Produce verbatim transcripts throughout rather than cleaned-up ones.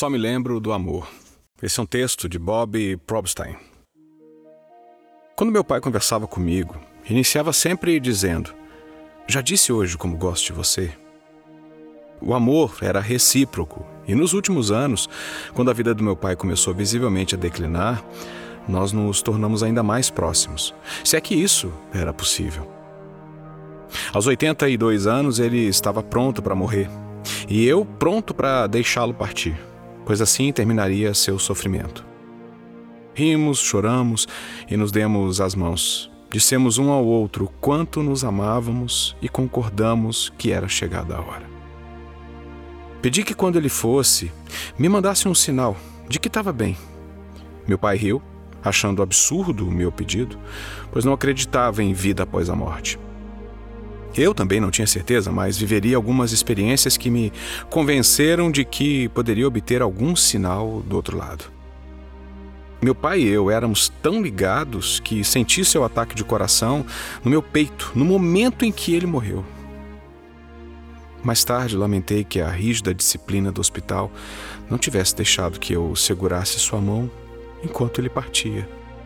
Só me lembro do amor. Esse é um texto de Bob Probstein. Quando meu pai conversava comigo, iniciava sempre dizendo: já disse hoje como gosto de você. O amor era recíproco, e nos últimos anos, quando a vida do meu pai começou visivelmente a declinar, nós nos tornamos ainda mais próximos, se é que isso era possível. Aos oitenta e dois anos, ele estava pronto para morrer, e eu pronto para deixá-lo partir, pois assim terminaria seu sofrimento. Rimos, choramos e nos demos as mãos. Dissemos um ao outro quanto nos amávamos e concordamos que era chegada a hora. Pedi que quando ele fosse, me mandasse um sinal de que estava bem. Meu pai riu, achando absurdo o meu pedido, pois não acreditava em vida após a morte. Eu também não tinha certeza, mas viveria algumas experiências que me convenceram de que poderia obter algum sinal do outro lado. Meu pai e eu éramos tão ligados que senti seu ataque de coração no meu peito, no momento em que ele morreu. Mais tarde, lamentei que a rígida disciplina do hospital não tivesse deixado que eu segurasse sua mão enquanto ele partia.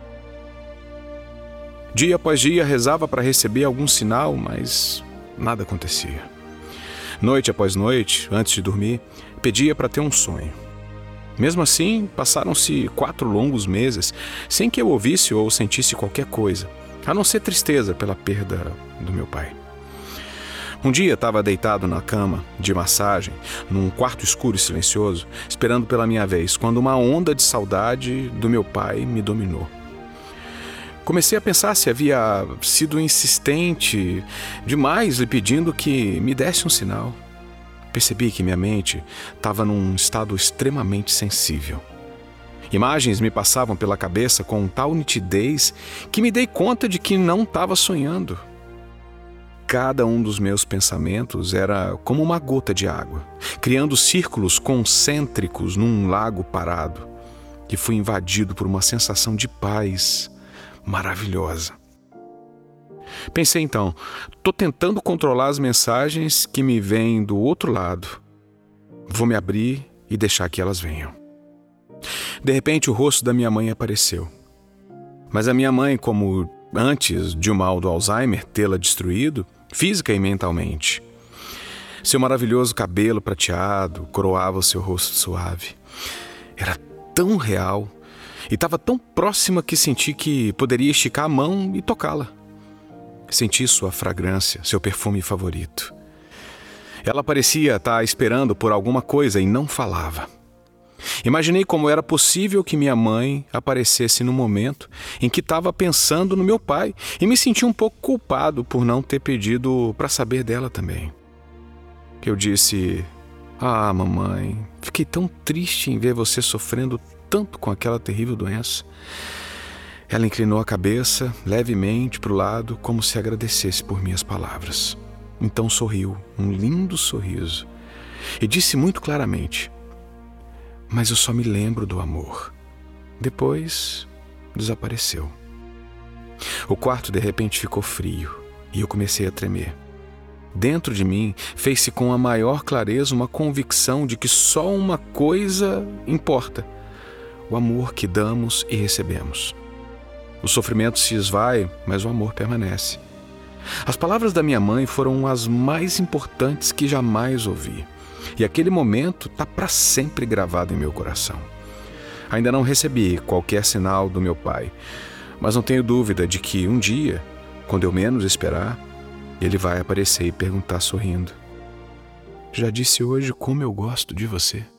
Dia após dia, rezava para receber algum sinal, mas nada acontecia. Noite após noite, antes de dormir, pedia para ter um sonho. Mesmo assim, passaram-se quatro longos meses sem que eu ouvisse ou sentisse qualquer coisa, a não ser tristeza pela perda do meu pai. Um dia estava deitado na cama de massagem, num quarto escuro e silencioso, esperando pela minha vez, quando uma onda de saudade do meu pai me dominou. Comecei a pensar se havia sido insistente demais lhe pedindo que me desse um sinal. Percebi que minha mente estava num estado extremamente sensível. Imagens me passavam pela cabeça com tal nitidez que me dei conta de que não estava sonhando. Cada um dos meus pensamentos era como uma gota de água, criando círculos concêntricos num lago parado, que fui invadido por uma sensação de paz maravilhosa. Pensei então, estou tentando controlar as mensagens que me vêm do outro lado. Vou me abrir e deixar que elas venham. De repente o rosto da minha mãe apareceu. Mas a minha mãe, como antes de o mal do Alzheimer tê-la destruído, física e mentalmente. Seu maravilhoso cabelo prateado coroava o seu rosto suave. Era tão real e estava tão próxima que senti que poderia esticar a mão e tocá-la. Senti sua fragrância, seu perfume favorito. Ela parecia estar esperando por alguma coisa e não falava. Imaginei como era possível que minha mãe aparecesse no momento em que estava pensando no meu pai e me senti um pouco culpado por não ter pedido para saber dela também. Eu disse: ah, mamãe, fiquei tão triste em ver você sofrendo tanto com aquela terrível doença. Ela inclinou a cabeça levemente para o lado, como se agradecesse por minhas palavras. Então sorriu, um lindo sorriso, e disse muito claramente: mas eu só me lembro do amor. Depois, desapareceu. O quarto de repente ficou frio e eu comecei a tremer. Dentro de mim, fez-se com a maior clareza uma convicção de que só uma coisa importa: o amor que damos e recebemos. O sofrimento se esvai, mas o amor permanece. As palavras da minha mãe foram as mais importantes que jamais ouvi. E aquele momento está para sempre gravado em meu coração. Ainda não recebi qualquer sinal do meu pai, mas não tenho dúvida de que um dia, quando eu menos esperar, ele vai aparecer e perguntar sorrindo: já disse hoje como eu gosto de você?